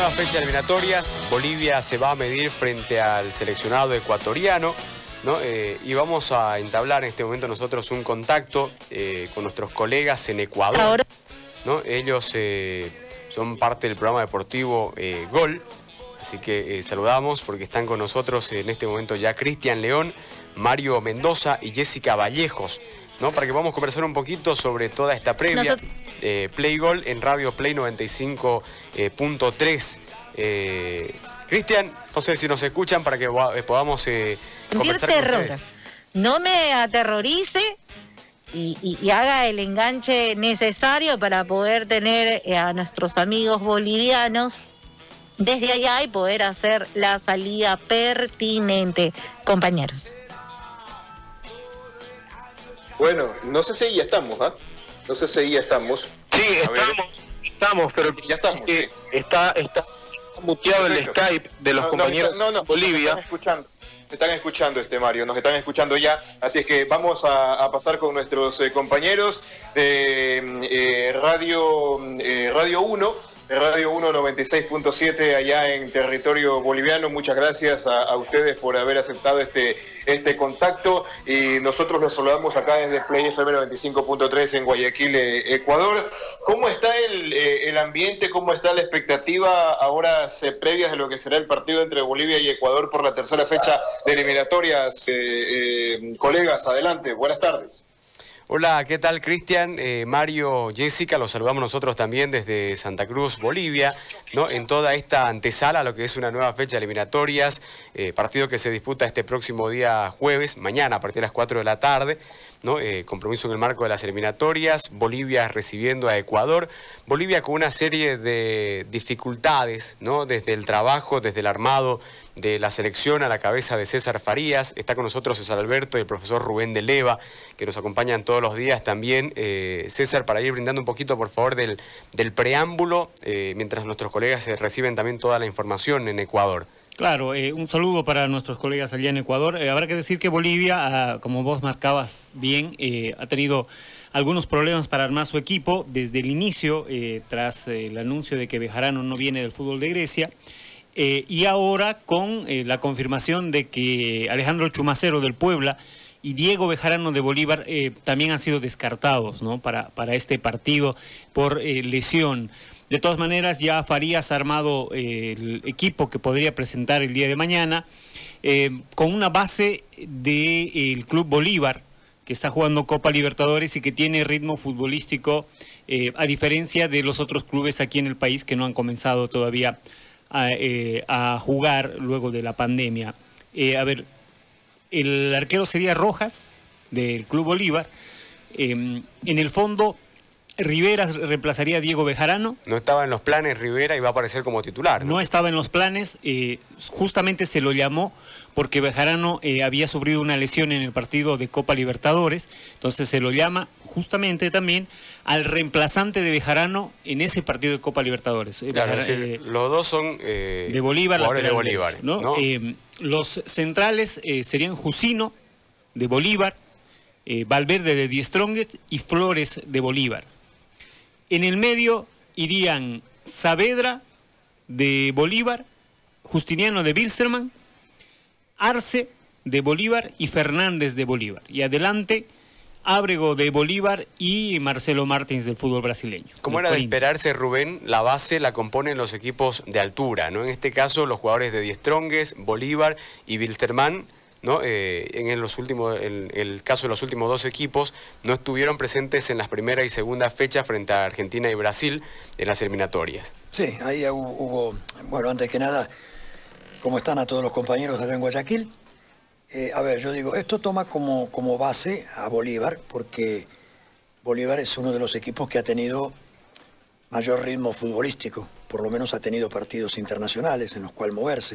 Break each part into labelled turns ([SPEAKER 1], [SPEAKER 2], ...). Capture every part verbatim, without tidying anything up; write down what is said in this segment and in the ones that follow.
[SPEAKER 1] nueva fecha de eliminatorias. Bolivia se va a medir frente al seleccionado ecuatoriano, ¿no? Eh, y vamos a entablar en este momento nosotros un contacto eh, con nuestros colegas en Ecuador, ¿no? Ellos eh, son parte del programa deportivo eh, Gol, así que eh, saludamos porque están con nosotros en este momento ya Cristian León, Mario Mendoza y Jessica Vallejos, ¿no? Para que podamos conversar un poquito sobre toda esta previa. Eh, Play Gol en Radio Play noventa y cinco punto tres. Eh, Cristian, no sé si nos escuchan para que podamos eh, conversar con ustedes.
[SPEAKER 2] No me aterrorice y, y, y haga el enganche necesario para poder tener eh, a nuestros amigos bolivianos desde allá y poder hacer la salida pertinente, compañeros.
[SPEAKER 3] Bueno, no sé si ya estamos, ¿ah? ¿eh? No sé si ya estamos.
[SPEAKER 4] Sí, estamos, estamos, pero
[SPEAKER 3] ya estamos.
[SPEAKER 4] Sí. Está, está muteado el Skype de los
[SPEAKER 3] no,
[SPEAKER 4] compañeros
[SPEAKER 3] no, no, no,
[SPEAKER 4] de Bolivia.
[SPEAKER 3] Nos están escuchando, nos están escuchando este Mario, nos están escuchando ya, así es que vamos a, a pasar con nuestros eh, compañeros de eh, Radio eh, Radio uno. Radio uno noventa y seis punto siete allá en territorio boliviano. Muchas gracias a, a ustedes por haber aceptado este, este contacto y nosotros los saludamos acá desde Play F M noventa y cinco punto tres en Guayaquil, eh, Ecuador. ¿Cómo está el, eh, el ambiente? ¿Cómo está la expectativa ahora se previas de lo que será el partido entre Bolivia y Ecuador por la tercera fecha de eliminatorias? Eh, eh, colegas, adelante, buenas tardes.
[SPEAKER 1] Hola, ¿qué tal, Cristian? Eh, Mario, Jessica, los saludamos nosotros también desde Santa Cruz, Bolivia, ¿no? En toda esta antesala a lo que es una nueva fecha de eliminatorias, eh, partido que se disputa este próximo día jueves, mañana a partir de las cuatro de la tarde, ¿no? Eh, compromiso en el marco de las eliminatorias, Bolivia recibiendo a Ecuador, Bolivia con una serie de dificultades, ¿no? Desde el trabajo, desde el armado de la selección a la cabeza de César Farías. Está con nosotros César Alberto y el profesor Rubén de Leva, que nos acompañan todos los días también. Eh, César, para ir brindando un poquito, por favor, del, del preámbulo, eh, mientras nuestros colegas eh, reciben también toda la información en Ecuador.
[SPEAKER 5] Claro, eh, un saludo para nuestros colegas allá en Ecuador. Eh, habrá que decir que Bolivia, ah, como vos marcabas bien, eh, ha tenido algunos problemas para armar su equipo desde el inicio, eh, tras eh, el anuncio de que Bejarano no viene del fútbol de Grecia. Eh, y ahora con eh, la confirmación de que Alejandro Chumacero del Puebla y Diego Bejarano de Bolívar eh, también han sido descartados, ¿no? para, para este partido por eh, lesión. De todas maneras, ya Farías ha armado eh, el equipo que podría presentar el día de mañana eh, con una base del Club Bolívar, que está jugando Copa Libertadores y que tiene ritmo futbolístico, eh, a diferencia de los otros clubes aquí en el país que no han comenzado todavía A, eh, a jugar luego de la pandemia. Eh, a ver, el arquero sería Rojas, del Club Bolívar. Eh, en el fondo, Rivera reemplazaría a Diego Bejarano.
[SPEAKER 1] No estaba en los planes Rivera y va a aparecer como titular, ¿no?
[SPEAKER 5] No estaba en los planes, eh, justamente se lo llamó porque Bejarano eh, había sufrido una lesión en el partido de Copa Libertadores, entonces se lo llama justamente también al reemplazante de Bejarano en ese partido de Copa Libertadores.
[SPEAKER 1] Claro,
[SPEAKER 5] Bejar,
[SPEAKER 1] es decir,
[SPEAKER 5] eh,
[SPEAKER 1] los dos son eh,
[SPEAKER 5] de Bolívar,
[SPEAKER 1] jugadores de Bolívar,
[SPEAKER 5] ¿no?
[SPEAKER 1] ¿no?
[SPEAKER 5] Eh, los centrales eh, serían Jusino de Bolívar, eh, Valverde de Die Strongest y Flores de Bolívar. En el medio irían Saavedra de Bolívar, Justiniano de Wilstermann, Arce de Bolívar y Fernández de Bolívar. Y adelante, Ábrego de Bolívar y Marcelo Martins del fútbol brasileño.
[SPEAKER 1] Como era de esperarse, Rubén, la base la componen los equipos de altura, ¿no? En este caso, los jugadores de Die Strongest, Bolívar y Wilstermann, ¿no? Eh, en, los últimos, en el caso de los últimos dos equipos, no estuvieron presentes en las primera y segunda fechas frente a Argentina y Brasil en las eliminatorias.
[SPEAKER 6] Sí, ahí hubo, bueno, antes que nada, ¿cómo están a todos los compañeros allá en Guayaquil? Eh, a ver, yo digo, esto toma como, como base a Bolívar, porque Bolívar es uno de los equipos que ha tenido mayor ritmo futbolístico, por lo menos ha tenido partidos internacionales en los cuales moverse.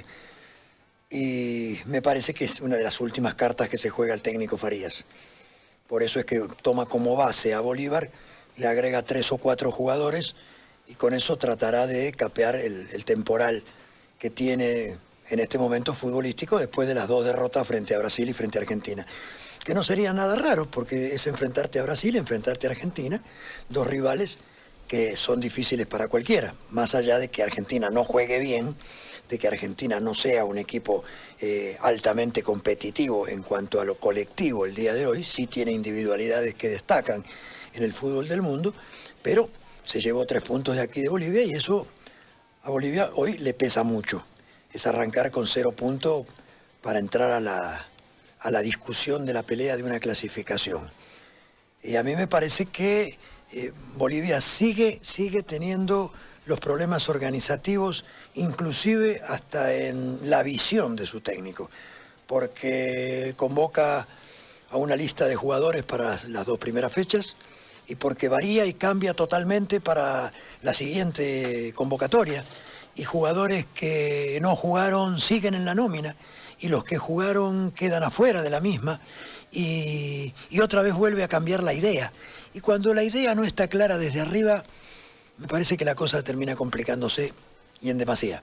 [SPEAKER 6] Y me parece que es una de las últimas cartas que se juega el técnico Farías. Por eso es que toma como base a Bolívar, le agrega tres o cuatro jugadores y con eso tratará de capear el, el temporal que tiene en este momento futbolístico después de las dos derrotas frente a Brasil y frente a Argentina. Que no sería nada raro porque es enfrentarte a Brasil, enfrentarte a Argentina, dos rivales que son difíciles para cualquiera, más allá de que Argentina no juegue bien, de que Argentina no sea un equipo eh, altamente competitivo en cuanto a lo colectivo el día de hoy, sí tiene individualidades que destacan en el fútbol del mundo, pero se llevó tres puntos de aquí de Bolivia y eso a Bolivia hoy le pesa mucho, es arrancar con cero puntos para entrar a la, a la discusión de la pelea de una clasificación. Y a mí me parece que eh, Bolivia sigue, sigue teniendo los problemas organizativos, inclusive hasta en la visión de su técnico, porque convoca a una lista de jugadores para las dos primeras fechas y porque varía y cambia totalmente para la siguiente convocatoria, y jugadores que no jugaron siguen en la nómina y los que jugaron quedan afuera de la misma, y, y otra vez vuelve a cambiar la idea, y cuando la idea no está clara desde arriba, me parece que la cosa termina complicándose y en demasía.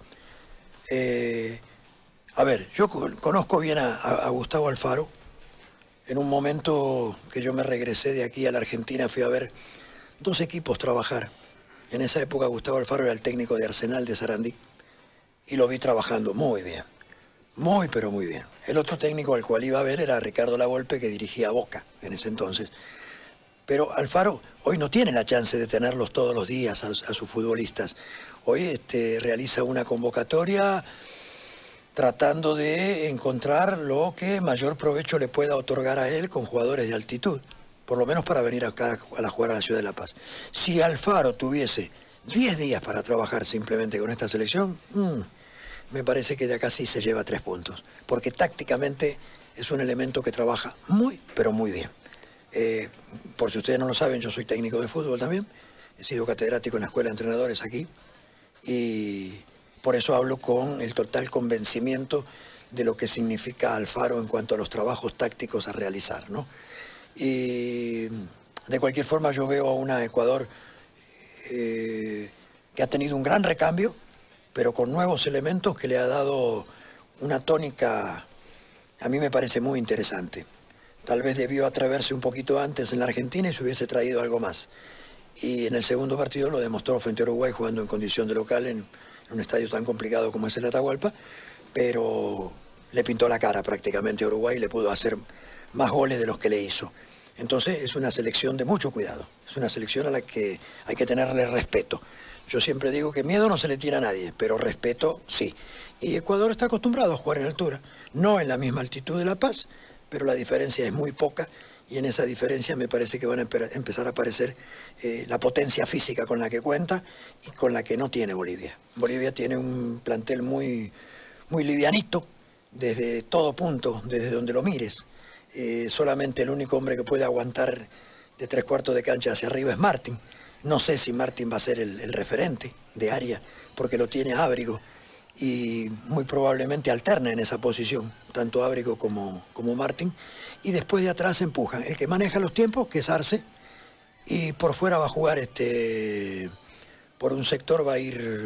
[SPEAKER 6] Eh, a ver, yo conozco bien a, a, a Gustavo Alfaro. En un momento que yo me regresé de aquí a la Argentina fui a ver dos equipos trabajar. En esa época Gustavo Alfaro era el técnico de Arsenal de Sarandí y lo vi trabajando muy bien, muy pero muy bien. El otro técnico al cual iba a ver era Ricardo Lavolpe, que dirigía Boca en ese entonces. Pero Alfaro hoy no tiene la chance de tenerlos todos los días a, a sus futbolistas. Hoy este, realiza una convocatoria tratando de encontrar lo que mayor provecho le pueda otorgar a él con jugadores de altitud, por lo menos para venir acá a, la jugar a la ciudad de La Paz. Si Alfaro tuviese diez días para trabajar simplemente con esta selección, mmm, me parece que de acá sí se lleva tres puntos, porque tácticamente es un elemento que trabaja muy, pero muy bien. Eh, por si ustedes no lo saben, yo soy técnico de fútbol también, he sido catedrático en la Escuela de Entrenadores aquí y por eso hablo con el total convencimiento de lo que significa Alfaro en cuanto a los trabajos tácticos a realizar, ¿no? Y de cualquier forma yo veo a una Ecuador eh, que ha tenido un gran recambio, pero con nuevos elementos que le ha dado una tónica, a mí me parece muy interesante. Tal vez debió atreverse un poquito antes en la Argentina y se hubiese traído algo más. Y en el segundo partido lo demostró frente a Uruguay jugando en condición de local en un estadio tan complicado como es el Atahualpa, pero le pintó la cara prácticamente a Uruguay y le pudo hacer más goles de los que le hizo. Entonces es una selección de mucho cuidado, es una selección a la que hay que tenerle respeto. Yo siempre digo que miedo no se le tiene a nadie, pero respeto sí. Y Ecuador está acostumbrado a jugar en altura, no en la misma altitud de La Paz, pero la diferencia es muy poca y en esa diferencia me parece que van a empezar a aparecer eh, la potencia física con la que cuenta y con la que no tiene Bolivia. Bolivia tiene un plantel muy, muy livianito desde todo punto, desde donde lo mires. Eh, solamente el único hombre que puede aguantar de tres cuartos de cancha hacia arriba es Martín. No sé si Martín va a ser el, el referente de área porque lo tiene Ábrigo y muy probablemente alterna en esa posición, tanto Ábrigo como, como Martín, y después de atrás empujan. El que maneja los tiempos, que es Arce, y por fuera va a jugar, este por un sector va a ir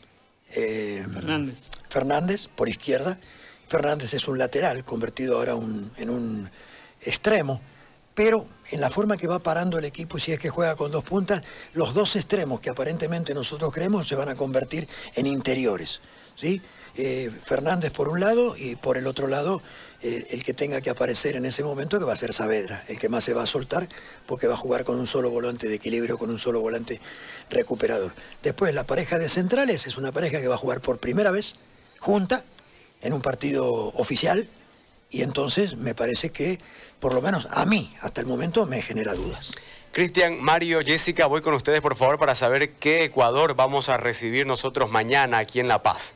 [SPEAKER 6] eh,
[SPEAKER 5] Fernández.
[SPEAKER 6] Fernández, por izquierda. Fernández es un lateral, convertido ahora un, en un extremo, pero en la forma que va parando el equipo, si es que juega con dos puntas, los dos extremos que aparentemente nosotros creemos se van a convertir en interiores, ¿sí? Eh, Fernández por un lado y por el otro lado eh, el que tenga que aparecer en ese momento, que va a ser Saavedra, el que más se va a soltar porque va a jugar con un solo volante de equilibrio, con un solo volante recuperador. Después la pareja de centrales es una pareja que va a jugar por primera vez junta en un partido oficial y entonces me parece que por lo menos a mí hasta el momento me genera dudas.
[SPEAKER 1] Cristian, Mario, Jessica, voy con ustedes por favor para saber qué Ecuador vamos a recibir nosotros mañana aquí en La Paz.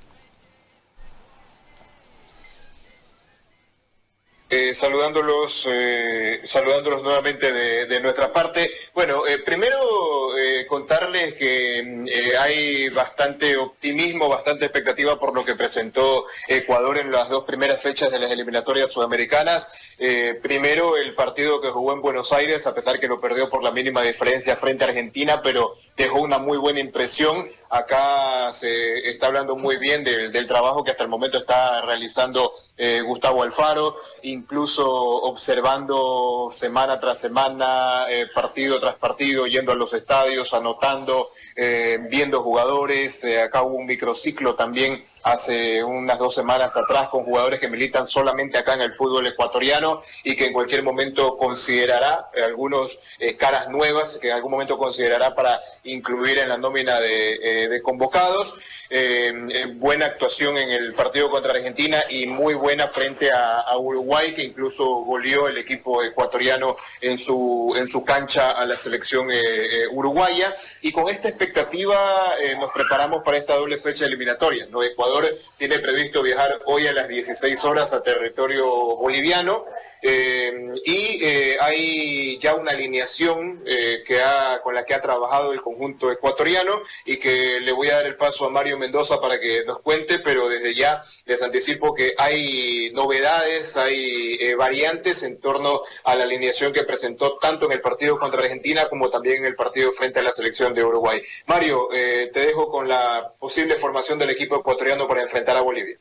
[SPEAKER 3] Eh, saludándolos, eh, saludándolos nuevamente de, de nuestra parte. Bueno, eh, primero eh, contarles que eh, hay bastante optimismo, bastante expectativa por lo que presentó Ecuador en las dos primeras fechas de las eliminatorias sudamericanas. Eh, primero el partido que jugó en Buenos Aires, a pesar que lo perdió por la mínima diferencia frente a Argentina, pero dejó una muy buena impresión. Acá se está hablando muy bien del, del trabajo que hasta el momento está realizando eh, Gustavo Alfaro. incluso observando semana tras semana, eh, partido tras partido, yendo a los estadios, anotando, eh, viendo jugadores. Eh, acá hubo un microciclo también hace unas dos semanas atrás con jugadores que militan solamente acá en el fútbol ecuatoriano y que en cualquier momento considerará, eh, algunos eh, caras nuevas, que en algún momento considerará para incluir en la nómina de, eh, de convocados. Eh, eh, buena actuación en el partido contra Argentina y muy buena frente a, a Uruguay, que incluso goleó el equipo ecuatoriano en su en su cancha a la selección eh, eh, uruguaya. Y con esta expectativa eh, nos preparamos para esta doble fecha eliminatoria, ¿no? Ecuador tiene previsto viajar hoy a las dieciséis horas a territorio boliviano. Eh, y eh, hay ya una alineación eh, que ha, con la que ha trabajado el conjunto ecuatoriano y que le voy a dar el paso a Mario Mendoza para que nos cuente, pero desde ya les anticipo que hay novedades, hay eh, variantes en torno a la alineación que presentó tanto en el partido contra Argentina como también en el partido frente a la selección de Uruguay. Mario, eh, te dejo con la posible formación del equipo ecuatoriano para enfrentar a Bolivia.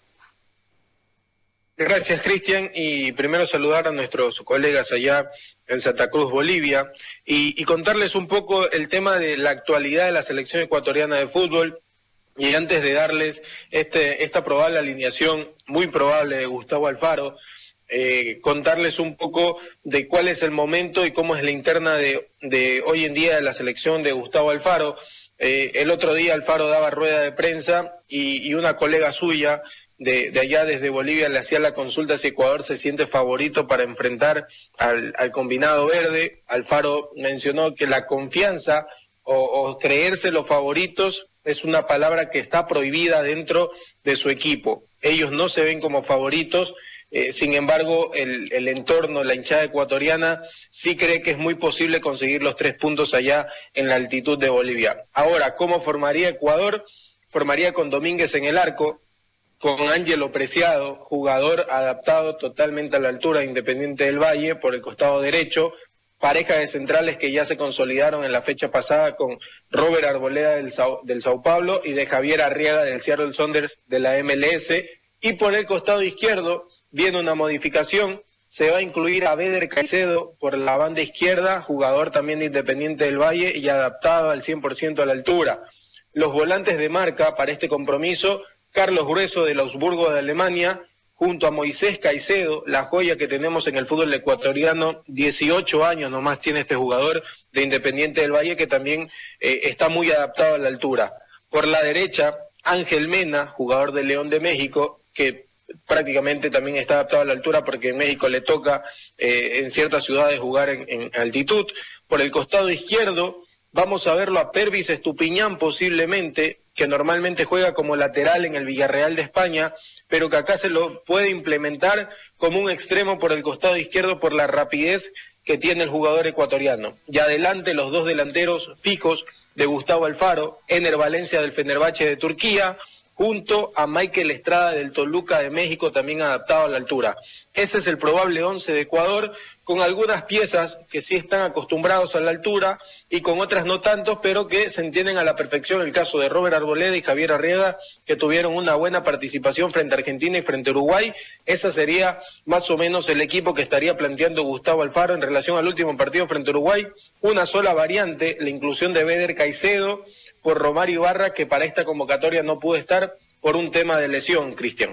[SPEAKER 4] Gracias, Cristian, y primero saludar a nuestros colegas allá en Santa Cruz, Bolivia, y, y contarles un poco el tema de la actualidad de la selección ecuatoriana de fútbol, y antes de darles este, esta probable alineación, muy probable, de Gustavo Alfaro, eh, contarles un poco de cuál es el momento y cómo es la interna de, de hoy en día de la selección de Gustavo Alfaro. Eh, el otro día Alfaro daba rueda de prensa y, y una colega suya De, de allá desde Bolivia le hacía la consulta si Ecuador se siente favorito para enfrentar al, al combinado verde. Alfaro mencionó que la confianza o, o creerse los favoritos es una palabra que está prohibida dentro de su equipo. Ellos no se ven como favoritos, eh, sin embargo el, el entorno, la hinchada ecuatoriana sí cree que es muy posible conseguir los tres puntos allá en la altitud de Bolivia. Ahora, ¿cómo formaría Ecuador? Formaría con Domínguez en el arco, con Ángelo Preciado, jugador adaptado totalmente a la altura de Independiente del Valle por el costado derecho, pareja de centrales que ya se consolidaron en la fecha pasada con Robert Arboleda del Sao, del Sao Paulo y de Javier Arriaga del Seattle Sounders de la M L S, y por el costado izquierdo viene una modificación, se va a incluir a Beder Caicedo por la banda izquierda, jugador también de Independiente del Valle y adaptado al cien por ciento a la altura. Los volantes de marca para este compromiso: Carlos Grueso del Augsburgo de Alemania, junto a Moisés Caicedo, la joya que tenemos en el fútbol ecuatoriano, dieciocho años nomás tiene este jugador de Independiente del Valle, que también eh, está muy adaptado a la altura. Por la derecha, Ángel Mena, jugador de León de México, que prácticamente también está adaptado a la altura porque en México le toca eh, en ciertas ciudades jugar en, en altitud. Por el costado izquierdo vamos a verlo a Pervis Estupiñán posiblemente, que normalmente juega como lateral en el Villarreal de España, pero que acá se lo puede implementar como un extremo por el costado izquierdo por la rapidez que tiene el jugador ecuatoriano. Y adelante los dos delanteros fijos de Gustavo Alfaro, Ener Valencia del Fenerbahce de Turquía, junto a Michael Estrada del Toluca de México, también adaptado a la altura. Ese es el probable once de Ecuador, con algunas piezas que sí están acostumbrados a la altura y con otras no tanto, pero que se entienden a la perfección. El caso de Robert Arboleda y Javier Arriaga, que tuvieron una buena participación frente a Argentina y frente a Uruguay. Ese sería más o menos el equipo que estaría planteando Gustavo Alfaro en relación al último partido frente a Uruguay. Una sola variante, la inclusión de Beder Caicedo por Romario Ibarra, que para esta convocatoria no pudo estar por un tema de lesión, Cristian.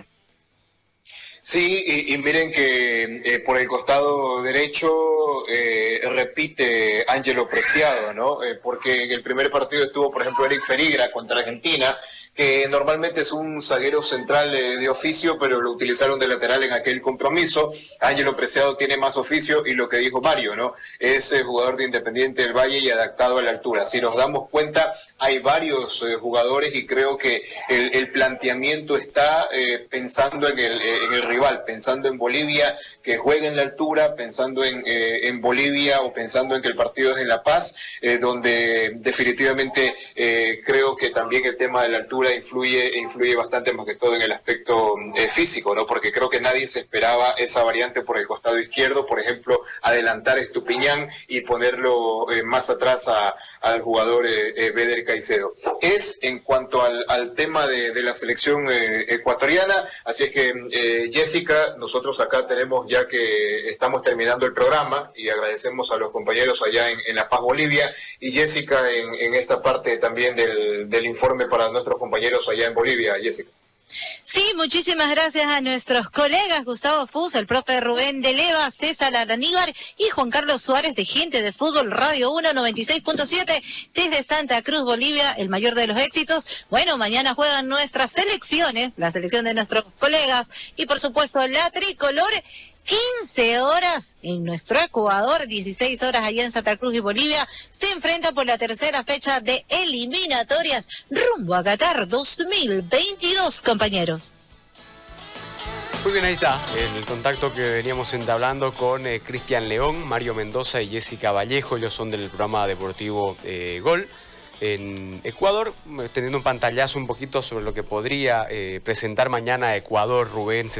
[SPEAKER 3] Sí, y, y miren que eh, por el costado derecho eh, repite Ángelo Preciado, ¿no? Eh, porque en el primer partido estuvo, por ejemplo, Eric Ferigra contra Argentina, que normalmente es un zaguero central eh, de oficio, pero lo utilizaron de lateral en aquel compromiso. Ángelo Preciado tiene más oficio y lo que dijo Mario, ¿no? Es eh, jugador de Independiente del Valle y adaptado a la altura. Si nos damos cuenta, hay varios eh, jugadores y creo que el, el planteamiento está eh, pensando en el, eh, en el rival, pensando en Bolivia que juegue en la altura, pensando en, eh, en Bolivia o pensando en que el partido es en La Paz, eh, donde definitivamente eh, creo que también el tema de la altura influye influye bastante, más que todo en el aspecto eh, físico, ¿no? Porque creo que nadie se esperaba esa variante por el costado izquierdo, por ejemplo, adelantar a Estupiñán y ponerlo eh, más atrás a, al jugador eh, eh, Beder Caicedo. Es en cuanto al, al tema de, de la selección eh, ecuatoriana, así es que eh, Jesse Jessica, nosotros acá tenemos, ya que estamos terminando el programa, y agradecemos a los compañeros allá en, en La Paz, Bolivia, y Jessica en, en esta parte también del, del informe para nuestros compañeros allá en Bolivia. Jessica.
[SPEAKER 2] Sí, muchísimas gracias a nuestros colegas Gustavo Fus, el profe Rubén de Leva, César Araníbar y Juan Carlos Suárez de Gente de Fútbol Radio uno noventa y seis punto siete desde Santa Cruz, Bolivia, el mayor de los éxitos. Bueno, mañana juegan nuestras selecciones, la selección de nuestros colegas y por supuesto la tricolor. quince horas en nuestro Ecuador, dieciséis horas allá en Santa Cruz y Bolivia, se enfrenta por la tercera fecha de eliminatorias rumbo a Qatar dos mil veintidós, compañeros.
[SPEAKER 1] Muy bien, ahí está el contacto que veníamos entablando con eh, Cristian León, Mario Mendoza y Jessica Vallejo. Ellos son del programa deportivo eh, Gol en Ecuador, teniendo un pantallazo un poquito sobre lo que podría eh, presentar mañana Ecuador, Rubén.